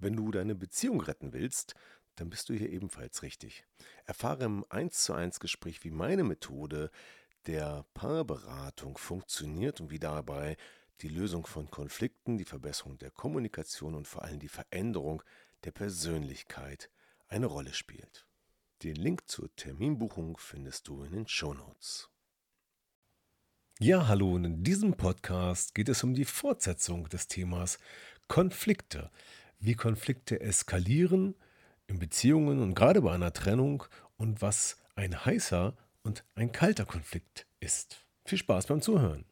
Wenn du deine Beziehung retten willst, dann bist du hier ebenfalls richtig. Erfahre im 1:1 Gespräch, wie meine Methode der Paarberatung funktioniert und wie dabei die Lösung von Konflikten, die Verbesserung der Kommunikation und vor allem die Veränderung der Persönlichkeit eine Rolle spielt. Den Link zur Terminbuchung findest du in den Shownotes. Ja, hallo, und in diesem Podcast geht es um die Fortsetzung des Themas Konflikte. Wie Konflikte eskalieren in Beziehungen und gerade bei einer Trennung und was ein heißer und ein kalter Konflikt ist. Viel Spaß beim Zuhören.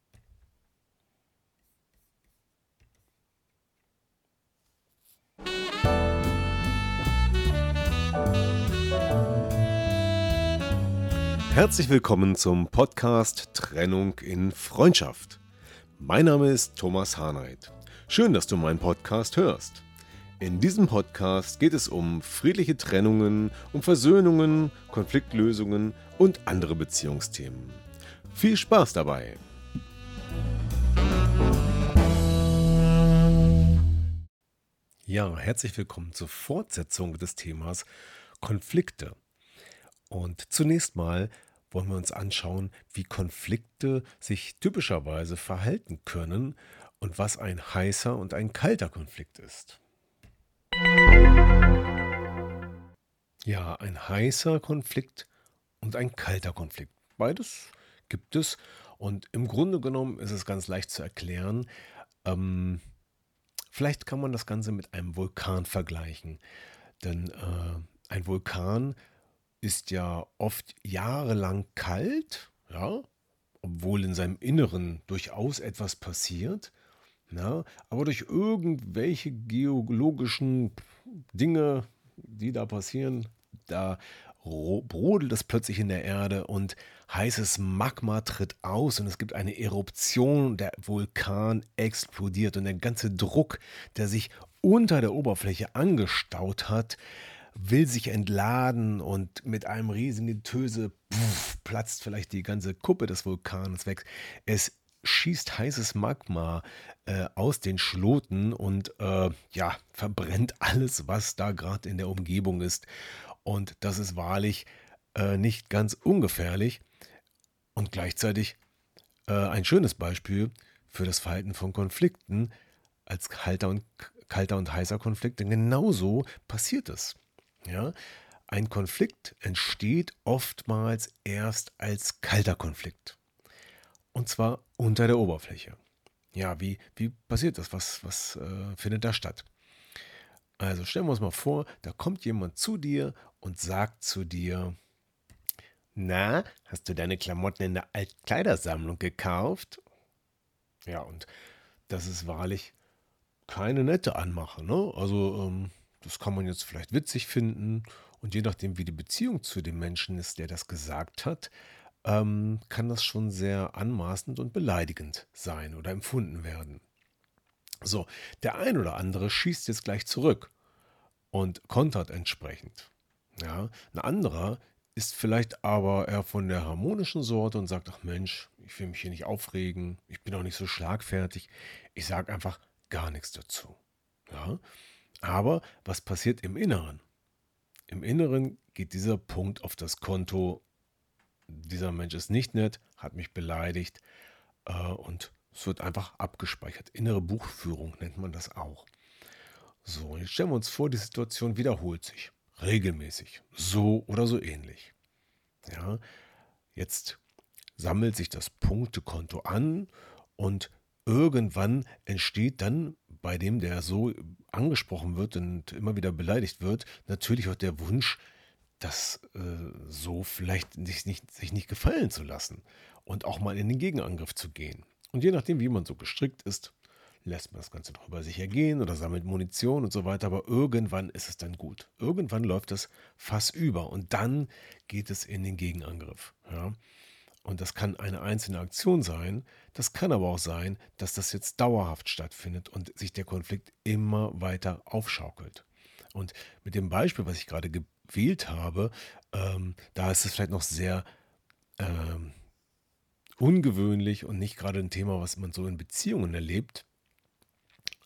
Herzlich willkommen zum Podcast Trennung in Freundschaft. Mein Name ist Thomas Harnight. Schön, dass du meinen Podcast hörst. In diesem Podcast geht es um friedliche Trennungen, um Versöhnungen, Konfliktlösungen und andere Beziehungsthemen. Viel Spaß dabei! Ja, herzlich willkommen zur Fortsetzung des Themas Konflikte. Und zunächst mal wollen wir uns anschauen, wie Konflikte sich typischerweise verhalten können und was ein heißer und ein kalter Konflikt ist. Ja, ein heißer Konflikt und ein kalter Konflikt. Beides gibt es und im Grunde genommen ist es ganz leicht zu erklären. Ähm, Vielleicht kann man das Ganze mit einem Vulkan vergleichen, denn ein Vulkan ist ja oft jahrelang kalt, ja, obwohl in seinem Inneren durchaus etwas passiert, ja, aber durch irgendwelche geologischen Dinge, die da passieren, da brodelt es plötzlich in der Erde und heißes Magma tritt aus und es gibt eine Eruption, der Vulkan explodiert und der ganze Druck, der sich unter der Oberfläche angestaut hat, will sich entladen und mit einem riesigen Getöse platzt vielleicht die ganze Kuppe des Vulkans weg. Es schießt heißes Magma aus den Schloten und ja, verbrennt alles, was da gerade in der Umgebung ist. Und das ist wahrlich nicht ganz ungefährlich und gleichzeitig ein schönes Beispiel für das Verhalten von Konflikten als kalter und heißer Konflikt. Denn genauso passiert es. Ja? Ein Konflikt entsteht oftmals erst als kalter Konflikt. Und zwar unter der Oberfläche. Ja, wie passiert das? Was findet da statt? Also stellen wir uns mal vor, da kommt jemand zu dir und sagt zu dir, na, hast du deine Klamotten in der Altkleidersammlung gekauft? Ja, und das ist wahrlich keine nette Anmache, ne? Also, das kann man jetzt vielleicht witzig finden und je nachdem, wie die Beziehung zu dem Menschen ist, der das gesagt hat, kann das schon sehr anmaßend und beleidigend sein oder empfunden werden. So, der ein oder andere schießt jetzt gleich zurück und kontert entsprechend. Ja, ein anderer ist vielleicht aber eher von der harmonischen Sorte und sagt, ach Mensch, ich will mich hier nicht aufregen, ich bin auch nicht so schlagfertig, ich sage einfach gar nichts dazu. Ja, aber was passiert im Inneren? Im Inneren geht dieser Punkt auf das Konto, dieser Mensch ist nicht nett, hat mich beleidigt und es wird einfach abgespeichert. Innere Buchführung nennt man das auch. So, jetzt stellen wir uns vor, die Situation wiederholt sich. Regelmäßig. So oder so ähnlich. Ja, jetzt sammelt sich das Punktekonto an und irgendwann entsteht dann bei dem, der so angesprochen wird und immer wieder beleidigt wird, natürlich auch der Wunsch, das so vielleicht sich nicht gefallen zu lassen und auch mal in den Gegenangriff zu gehen. Und je nachdem, wie man so gestrickt ist, lässt man das Ganze noch über sich ergehen oder sammelt Munition und so weiter, aber irgendwann ist es dann gut. Irgendwann läuft das Fass über und dann geht es in den Gegenangriff. Ja? Und das kann eine einzelne Aktion sein, das kann aber auch sein, dass das jetzt dauerhaft stattfindet und sich der Konflikt immer weiter aufschaukelt. Und mit dem Beispiel, was ich gerade gewählt habe, da ist es vielleicht noch sehr ähm, ungewöhnlich und nicht gerade ein Thema, was man so in Beziehungen erlebt.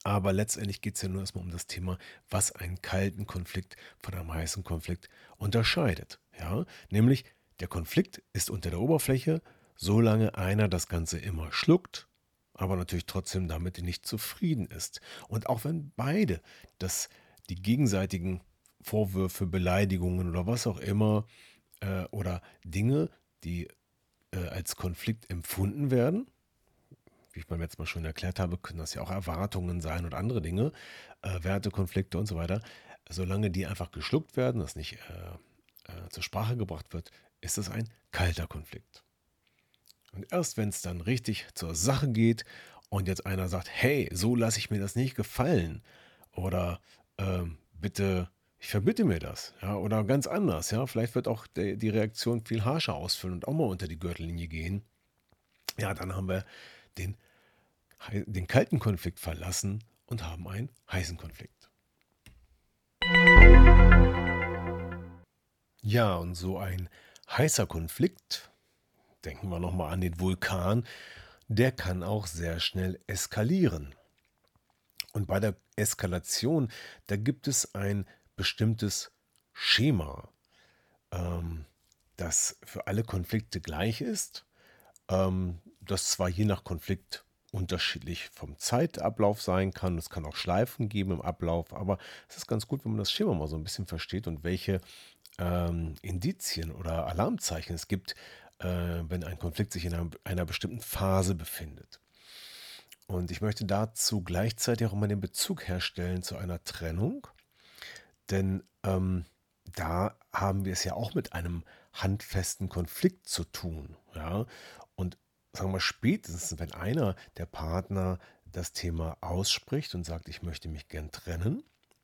Aber letztendlich geht es ja nur erstmal um das Thema, was einen kalten Konflikt von einem heißen Konflikt unterscheidet. Ja? Nämlich, der Konflikt ist unter der Oberfläche, solange einer das Ganze immer schluckt, aber natürlich trotzdem damit nicht zufrieden ist. Und auch wenn beide die gegenseitigen Vorwürfe, Beleidigungen oder was auch immer oder Dinge, die als Konflikt empfunden werden, wie ich beim letzten Mal schon erklärt habe, können das ja auch Erwartungen sein und andere Dinge, Wertekonflikte und so weiter. Solange die einfach geschluckt werden, das nicht zur Sprache gebracht wird, ist es ein kalter Konflikt. Und erst wenn es dann richtig zur Sache geht und jetzt einer sagt, hey, so lasse ich mir das nicht gefallen oder bitte, ich verbitte mir das, ja, oder ganz anders, ja, vielleicht wird auch die Reaktion viel harscher ausfüllen und auch mal unter die Gürtellinie gehen. Ja, dann haben wir den den kalten Konflikt verlassen und haben einen heißen Konflikt. Ja, und so ein heißer Konflikt, denken wir nochmal an den Vulkan, der kann auch sehr schnell eskalieren. Und bei der Eskalation, da gibt es ein bestimmtes Schema, ähm, das für alle Konflikte gleich ist, das zwar je nach Konflikt unterschiedlich vom Zeitablauf sein kann, es kann auch Schleifen geben im Ablauf, aber es ist ganz gut, wenn man das Schema mal so ein bisschen versteht und welche Indizien oder Alarmzeichen es gibt, wenn ein Konflikt sich in einer bestimmten Phase befindet. Und ich möchte dazu gleichzeitig auch mal den Bezug herstellen zu einer Trennung, denn da haben wir es ja auch mit einem handfesten Konflikt zu tun. Ja? Und sagen wir spätestens, wenn einer der Partner das Thema ausspricht und sagt, ich möchte mich gern trennen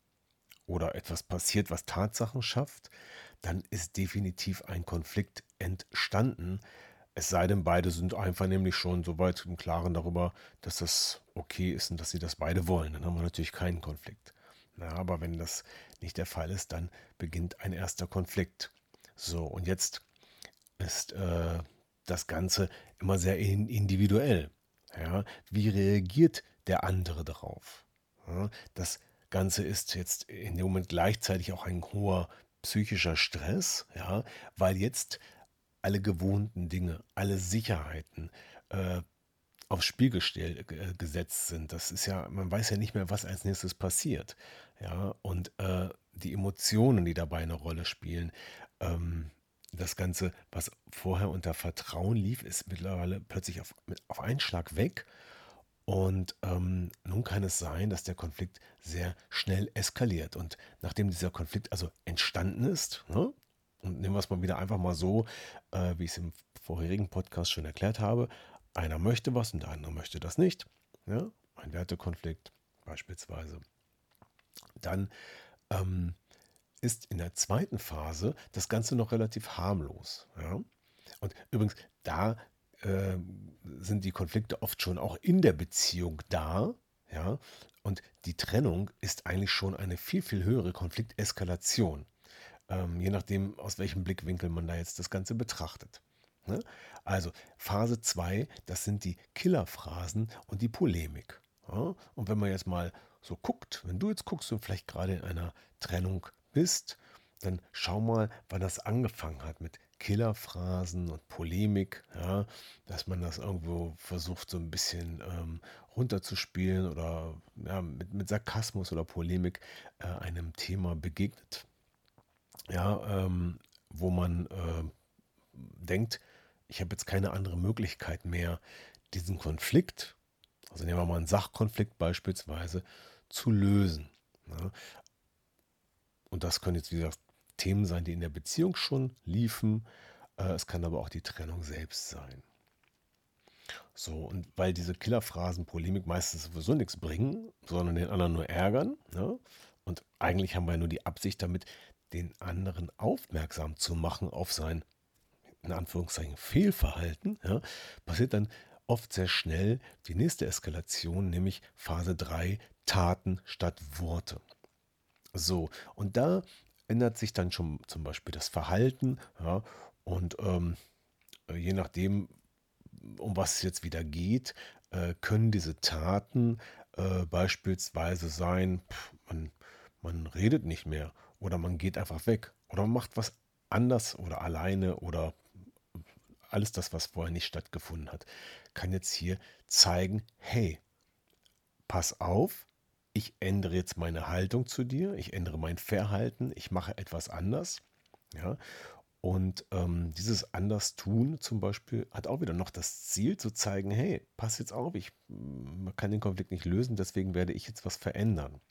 oder etwas passiert, was Tatsachen schafft, dann ist definitiv ein Konflikt entstanden. Es sei denn, beide sind einfach nämlich schon so weit im Klaren darüber, dass das okay ist und dass sie das beide wollen. Dann haben wir natürlich keinen Konflikt. Na, aber wenn das nicht der Fall ist, dann beginnt ein erster Konflikt. So, und jetzt ist das Ganze immer sehr individuell. Ja? Wie reagiert der andere darauf? Ja? Das Ganze ist jetzt in dem Moment gleichzeitig auch ein hoher psychischer Stress, ja? Weil jetzt alle gewohnten Dinge, alle Sicherheiten äh, aufs Spiel gesetzt sind. Das ist ja, man weiß ja nicht mehr, was als nächstes passiert. Ja, und die Emotionen, die dabei eine Rolle spielen, ähm, das Ganze, was vorher unter Vertrauen lief, ist mittlerweile plötzlich auf einen Schlag weg. Und nun kann es sein, dass der Konflikt sehr schnell eskaliert. Und nachdem dieser Konflikt also entstanden ist, ne, und nehmen wir es mal wieder einfach mal so, wie ich es im vorherigen Podcast schon erklärt habe, einer möchte was und der andere möchte das nicht. Ja? Ein Wertekonflikt beispielsweise. Dann ähm, ist in der zweiten Phase das Ganze noch relativ harmlos. Ja? Und übrigens, da äh, sind die Konflikte oft schon auch in der Beziehung da. Ja? Und die Trennung ist eigentlich schon eine viel, viel höhere Konflikteskalation. Je nachdem, aus welchem Blickwinkel man da jetzt das Ganze betrachtet. Ne? Also Phase 2, das sind die Killerphrasen und die Polemik. Ja? Und wenn man jetzt mal so guckt, wenn du jetzt guckst und vielleicht gerade in einer Trennung bist, dann schau mal, wann das angefangen hat mit Killerphrasen und Polemik, ja? Dass man das irgendwo versucht, so ein bisschen runterzuspielen oder ja, mit Sarkasmus oder Polemik einem Thema begegnet. Ja, wo man denkt, ich habe jetzt keine andere Möglichkeit mehr, diesen Konflikt, also nehmen wir mal einen Sachkonflikt beispielsweise, zu lösen. Ne? Und das können jetzt, wie gesagt, Themen sein, die in der Beziehung schon liefen. Es kann aber auch die Trennung selbst sein. So, und weil diese Killerphrasen Polemik meistens sowieso nichts bringen, sondern den anderen nur ärgern, ne? Und eigentlich haben wir ja nur die Absicht damit, den anderen aufmerksam zu machen auf sein, in Anführungszeichen, Fehlverhalten, ja, passiert dann oft sehr schnell die nächste Eskalation, nämlich Phase 3, Taten statt Worte. So, und da ändert sich dann schon zum Beispiel das Verhalten, ja, und je nachdem, um was es jetzt wieder geht, können diese Taten beispielsweise sein, man redet nicht mehr oder man geht einfach weg oder man macht was anders oder alleine oder alles das, was vorher nicht stattgefunden hat, kann jetzt hier zeigen, hey, pass auf, ich ändere jetzt meine Haltung zu dir, ich ändere mein Verhalten, ich mache etwas anders. Ja, und dieses Anderstun zum Beispiel hat auch wieder noch das Ziel zu zeigen, hey, pass jetzt auf, man kann den Konflikt nicht lösen, deswegen werde ich jetzt was verändern.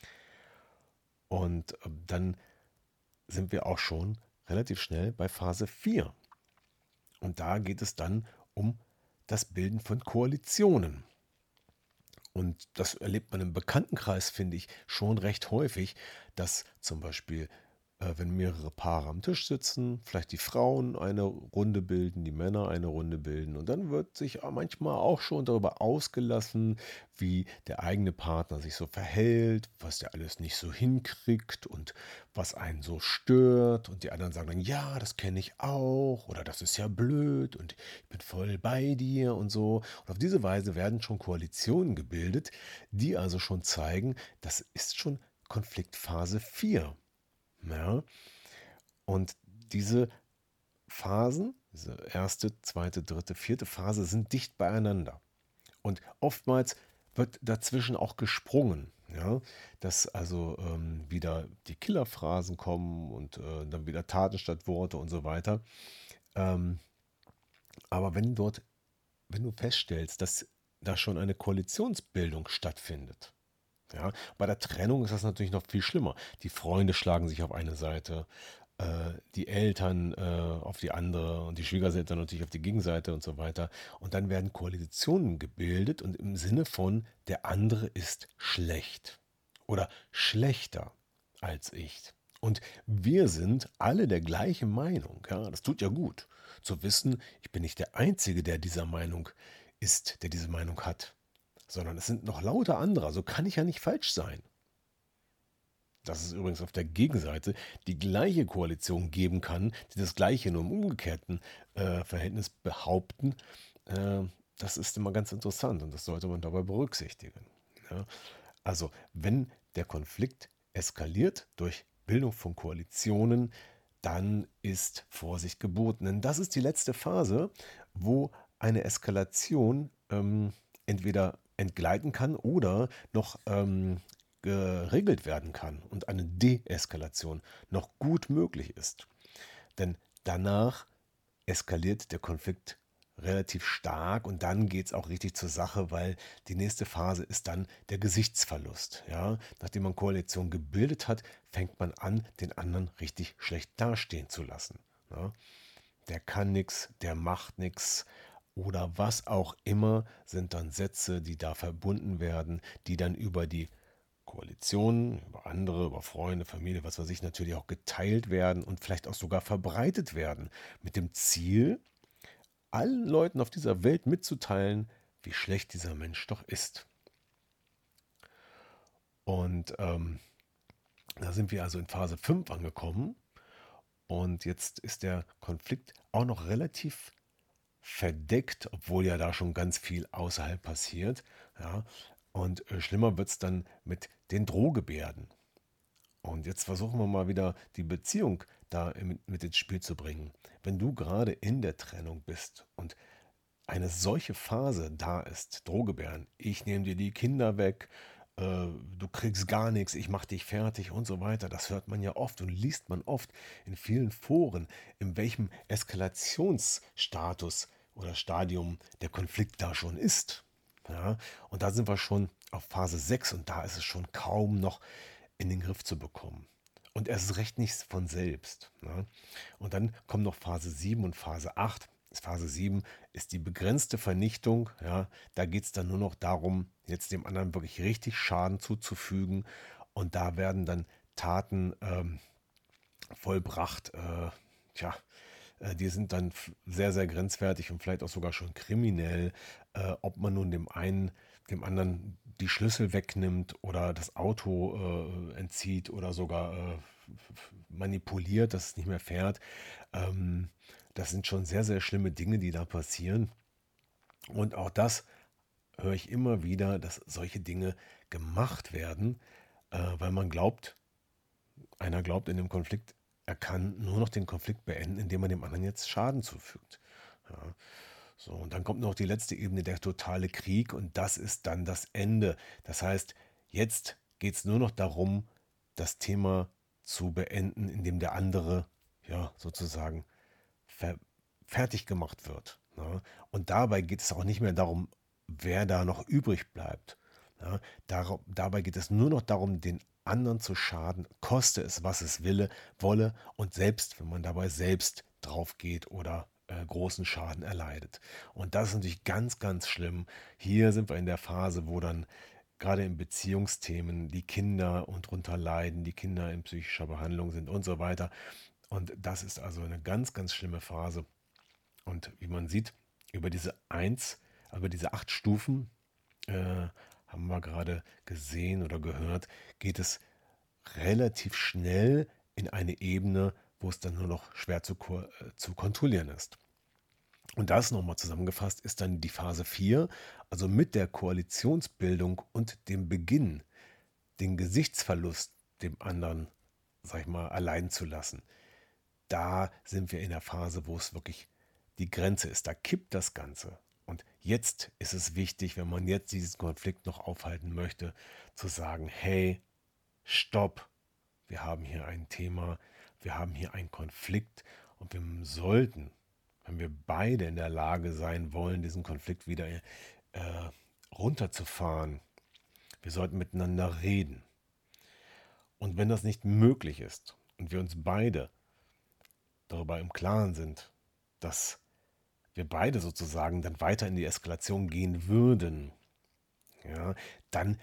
Und dann sind wir auch schon relativ schnell bei Phase 4. Und da geht es dann um das Bilden von Koalitionen. Und das erlebt man im Bekanntenkreis, finde ich, schon recht häufig, dass zum Beispiel, wenn mehrere Paare am Tisch sitzen, vielleicht die Frauen eine Runde bilden, die Männer eine Runde bilden. Und dann wird sich manchmal auch schon darüber ausgelassen, wie der eigene Partner sich so verhält, was der alles nicht so hinkriegt und was einen so stört. Und die anderen sagen dann, ja, das kenne ich auch oder das ist ja blöd und ich bin voll bei dir und so. Und auf diese Weise werden schon Koalitionen gebildet, die also schon zeigen, das ist schon Konfliktphase 4. Ja? Und diese Phasen, diese erste, zweite, dritte, vierte Phase sind dicht beieinander. Und oftmals wird dazwischen auch gesprungen, ja, dass also wieder die Killerphrasen kommen und dann wieder Taten statt Worte und so weiter. Ähm, aber wenn du feststellst, dass da schon eine Koalitionsbildung stattfindet, ja, bei der Trennung ist das natürlich noch viel schlimmer. Die Freunde schlagen sich auf eine Seite, die Eltern auf die andere und die Schwiegereltern natürlich auf die Gegenseite und so weiter. Und dann werden Koalitionen gebildet und im Sinne von, der andere ist schlecht oder schlechter als ich. Und wir sind alle der gleichen Meinung. Ja, das tut ja gut zu wissen, ich bin nicht der Einzige, der dieser Meinung ist, der diese Meinung hat, sondern es sind noch lauter andere. So kann ich ja nicht falsch sein. Dass es übrigens auf der Gegenseite die gleiche Koalition geben kann, die das gleiche nur im umgekehrten Verhältnis behaupten, äh, das ist immer ganz interessant und das sollte man dabei berücksichtigen. Ja? Also wenn der Konflikt eskaliert durch Bildung von Koalitionen, dann ist Vorsicht geboten. Denn das ist die letzte Phase, wo eine Eskalation entweder entgleiten kann oder noch geregelt werden kann und eine Deeskalation noch gut möglich ist. Denn danach eskaliert der Konflikt relativ stark und dann geht es auch richtig zur Sache, weil die nächste Phase ist dann der Gesichtsverlust. Ja? Nachdem man Koalition gebildet hat, fängt man an, den anderen richtig schlecht dastehen zu lassen. Ja? Der kann nichts, der macht nichts oder was auch immer sind dann Sätze, die da verbunden werden, die dann über die Koalitionen, über andere, über Freunde, Familie, was weiß ich, natürlich auch geteilt werden und vielleicht auch sogar verbreitet werden, mit dem Ziel, allen Leuten auf dieser Welt mitzuteilen, wie schlecht dieser Mensch doch ist. Und da sind wir also in Phase 5 angekommen und jetzt ist der Konflikt auch noch relativ verdeckt, obwohl ja da schon ganz viel außerhalb passiert. Ja? Und schlimmer wird es dann mit den Drohgebärden. Und jetzt versuchen wir mal wieder die Beziehung da mit ins Spiel zu bringen. Wenn du gerade in der Trennung bist und eine solche Phase da ist, Drohgebären, ich nehme dir die Kinder weg, du kriegst gar nichts, ich mach dich fertig und so weiter, das hört man ja oft und liest man oft in vielen Foren, in welchem Eskalationsstatus oder Stadium der Konflikt da schon ist. Ja, und da sind wir schon auf Phase 6 und da ist es schon kaum noch in den Griff zu bekommen. Und erst recht nicht von selbst. Ne? Und dann kommen noch Phase 7 und Phase 8. Phase 7 ist die begrenzte Vernichtung. Ja? Da geht es dann nur noch darum, jetzt dem anderen wirklich richtig Schaden zuzufügen. Und da werden dann Taten vollbracht. Tja, die sind dann sehr, sehr grenzwertig und vielleicht auch sogar schon kriminell, ob man nun dem anderen die Schlüssel wegnimmt oder das Auto entzieht oder sogar manipuliert, dass es nicht mehr fährt. Das sind schon sehr, sehr schlimme Dinge, die da passieren. Und auch das höre ich immer wieder, dass solche Dinge gemacht werden, weil einer glaubt in dem Konflikt, er kann nur noch den Konflikt beenden, indem er dem anderen jetzt Schaden zufügt. Ja, so, und dann kommt noch die letzte Ebene, der totale Krieg, und das ist dann das Ende. Das heißt, jetzt geht es nur noch darum, das Thema zu beenden, indem der andere, ja, sozusagen fer fertig gemacht wird. Ne? Und dabei geht es auch nicht mehr darum, wer da noch übrig bleibt. Ne? Dabei geht es nur noch darum, den anderen zu schaden, koste es, was es wolle, und selbst, wenn man dabei selbst drauf geht oder großen Schaden erleidet. Und das ist natürlich ganz, ganz schlimm. Hier sind wir in der Phase, wo dann gerade in Beziehungsthemen die Kinder und drunter leiden, die Kinder in psychischer Behandlung sind und so weiter. Und das ist also eine ganz, ganz schlimme Phase. Und wie man sieht, über über diese 8 Stufen, haben wir gerade gesehen oder gehört, geht es relativ schnell in eine Ebene, wo es dann nur noch schwer zu kontrollieren ist. Und das nochmal zusammengefasst ist dann die Phase 4, also mit der Koalitionsbildung und dem Beginn, den Gesichtsverlust dem anderen, sag ich mal, erleiden zu lassen. Da sind wir in der Phase, wo es wirklich die Grenze ist. Da kippt das Ganze. Und jetzt ist es wichtig, wenn man jetzt diesen Konflikt noch aufhalten möchte, zu sagen, hey, stopp, wir haben hier ein Thema, wir haben hier einen Konflikt, und wir sollten, wenn wir beide in der Lage sein wollen, diesen Konflikt wieder runterzufahren, wir sollten miteinander reden. Und wenn das nicht möglich ist und wir uns beide darüber im Klaren sind, dass wir beide sozusagen dann weiter in die Eskalation gehen würden, ja, dann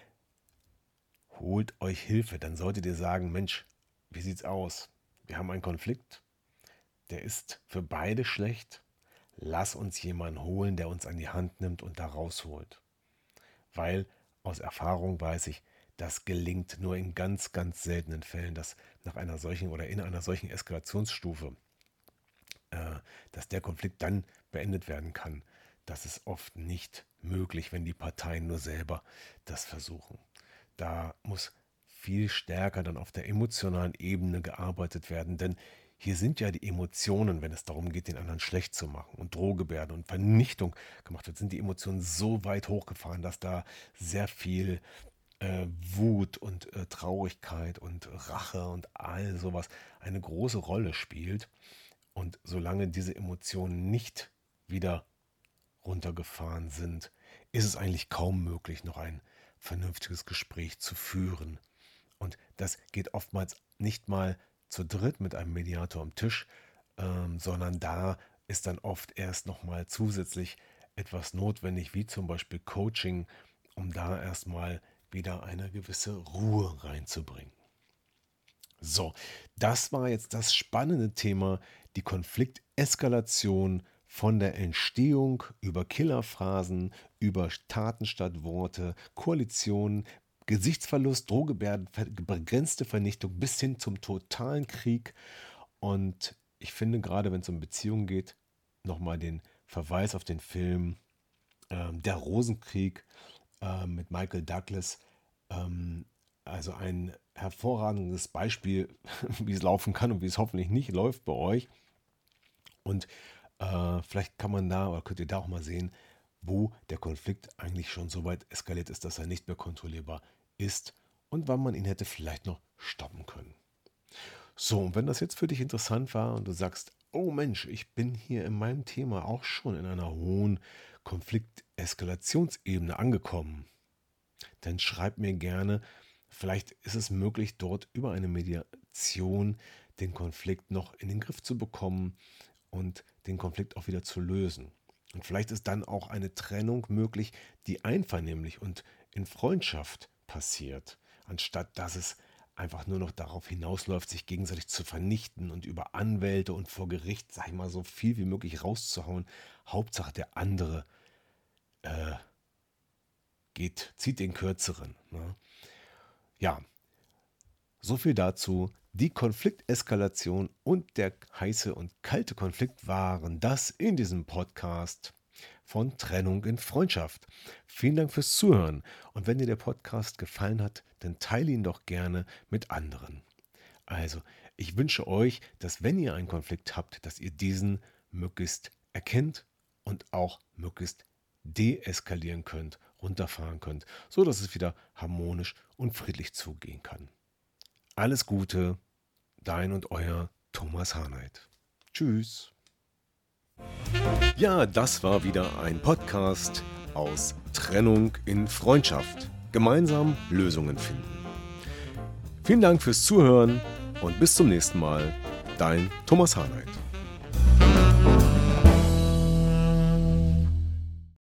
holt euch Hilfe. Dann solltet ihr sagen, Mensch, wie sieht's aus? Wir haben einen Konflikt, der ist für beide schlecht. Lass uns jemanden holen, der uns an die Hand nimmt und da rausholt. Weil aus Erfahrung weiß ich, das gelingt nur in ganz, ganz seltenen Fällen, dass nach einer solchen oder in einer solchen Eskalationsstufe, dass der Konflikt dann beendet werden kann. Das ist oft nicht möglich, wenn die Parteien nur selber das versuchen. Da muss viel stärker dann auf der emotionalen Ebene gearbeitet werden, denn hier sind ja die Emotionen, wenn es darum geht, den anderen schlecht zu machen, und Drohgebärden und Vernichtung gemacht wird, sind die Emotionen so weit hochgefahren, dass da sehr viel Wut und Traurigkeit und Rache und all sowas eine große Rolle spielt. Und solange diese Emotionen nicht wieder runtergefahren sind, ist es eigentlich kaum möglich, noch ein vernünftiges Gespräch zu führen. Und das geht oftmals nicht mal zu dritt mit einem Mediator am Tisch, sondern da ist dann oft erst nochmal zusätzlich etwas notwendig, wie zum Beispiel Coaching, um da erstmal wieder eine gewisse Ruhe reinzubringen. So, das war jetzt das spannende Thema, die Konflikteskalation von der Entstehung über Killerphrasen, über Taten statt Worte, Koalitionen, Gesichtsverlust, Drohgebärden, begrenzte Vernichtung bis hin zum totalen Krieg. Und ich finde, gerade wenn es um Beziehungen geht, nochmal den Verweis auf den Film Der Rosenkrieg mit Michael Douglas, ähm, also ein hervorragendes Beispiel, wie es laufen kann und wie es hoffentlich nicht läuft bei euch. Und vielleicht kann man da oder könnt ihr da auch mal sehen, wo der Konflikt eigentlich schon so weit eskaliert ist, dass er nicht mehr kontrollierbar ist und wann man ihn hätte vielleicht noch stoppen können. So, und wenn das jetzt für dich interessant war und du sagst, oh Mensch, ich bin hier in meinem Thema auch schon in einer hohen Konflikteskalationsebene angekommen, dann schreib mir gerne. Vielleicht ist es möglich, dort über eine Mediation den Konflikt noch in den Griff zu bekommen und den Konflikt auch wieder zu lösen. Und vielleicht ist dann auch eine Trennung möglich, die einvernehmlich und in Freundschaft passiert, anstatt dass es einfach nur noch darauf hinausläuft, sich gegenseitig zu vernichten und über Anwälte und vor Gericht, sag ich mal, so viel wie möglich rauszuhauen. Hauptsache der andere zieht den kürzeren. Ne? Ja, so viel dazu. Die Konflikteskalation und der heiße und kalte Konflikt waren das in diesem Podcast. von Trennung in Freundschaft. Vielen Dank fürs Zuhören und wenn dir der Podcast gefallen hat, dann teile ihn doch gerne mit anderen. Also, ich wünsche euch, dass wenn ihr einen Konflikt habt, dass ihr diesen möglichst erkennt und auch möglichst deeskalieren könnt, runterfahren könnt, so dass es wieder harmonisch und friedlich zugehen kann. Alles Gute, dein und euer Thomas Harnight. Tschüss. Ja, das war wieder ein Podcast aus Trennung in Freundschaft. Gemeinsam Lösungen finden. Vielen Dank fürs Zuhören und bis zum nächsten Mal. Dein Thomas Harnight.